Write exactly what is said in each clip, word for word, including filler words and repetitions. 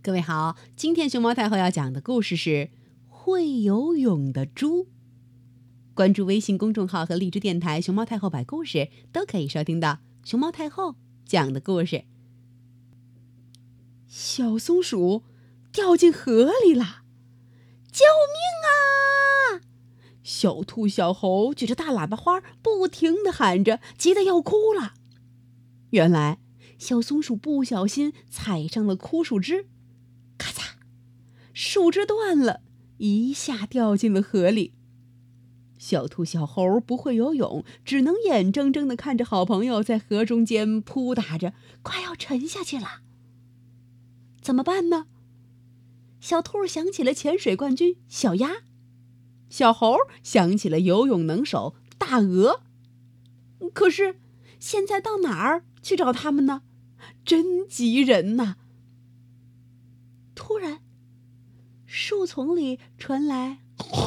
各位好，今天熊猫太后要讲的故事是会游泳的猪。关注微信公众号和荔枝电台熊猫太后摆故事，都可以收听到熊猫太后讲的故事。小松鼠掉进河里了，救命啊！小兔小猴举着大喇叭花不停地喊着，急得要哭了。原来小松鼠不小心踩上了枯树枝，咔嚓，树枝断了，一下掉进了河里。小兔小猴不会游泳，只能眼睁睁地看着好朋友在河中间扑打着，快要沉下去了。怎么办呢？小兔想起了潜水冠军小鸭，小猴想起了游泳能手大鹅。可是现在到哪儿去找他们呢？真急人呐！突然，树丛里传来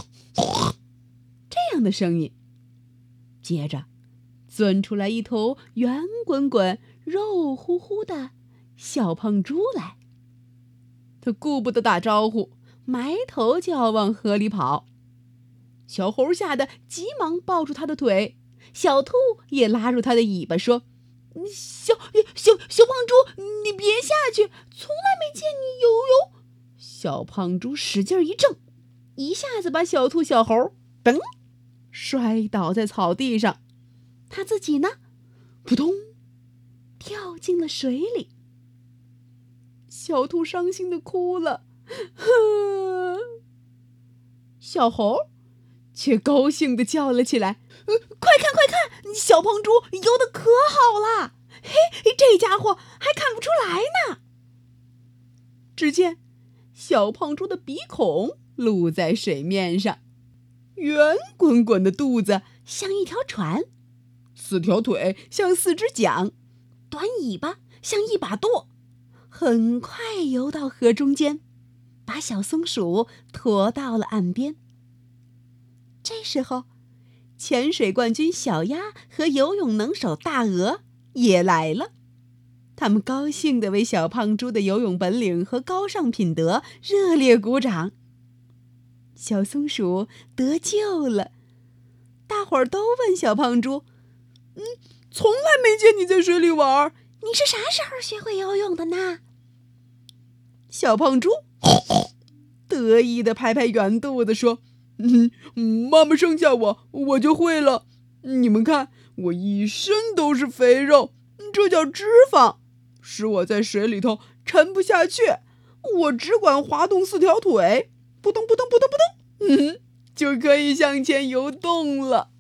这样的声音，接着钻出来一头圆滚滚、肉乎乎的小胖猪来。他顾不得打招呼，埋头就要往河里跑。小猴吓得急忙抱住他的腿，小兔也拉住他的尾巴说：小小小胖猪，你别下去，从来没见你游泳。小胖猪使劲一挣，一下子把小兔小猴噔摔倒在草地上，他自己呢，扑通跳进了水里。小兔伤心地哭了，呵。小猴却高兴地叫了起来：呃、快看快看，小胖猪游得可好了，嘿，这家伙还看不出来呢。只见小胖猪的鼻孔露在水面上，圆滚滚的肚子像一条船，四条腿像四只桨，短尾巴像一把舵，很快游到河中间，把小松鼠驮到了岸边。这时候，潜水冠军小鸭和游泳能手大鹅也来了，他们高兴地为小胖猪的游泳本领和高尚品德热烈鼓掌。小松鼠得救了，大伙儿都问小胖猪：嗯，从来没见你在水里玩，你是啥时候学会游泳的呢？小胖猪得意地拍拍圆肚子说：嗯，妈妈生下我，我就会了。你们看，我一身都是肥肉，这叫脂肪，使我在水里头沉不下去。我只管滑动四条腿，扑通扑通扑通扑通，嗯，就可以向前游动了。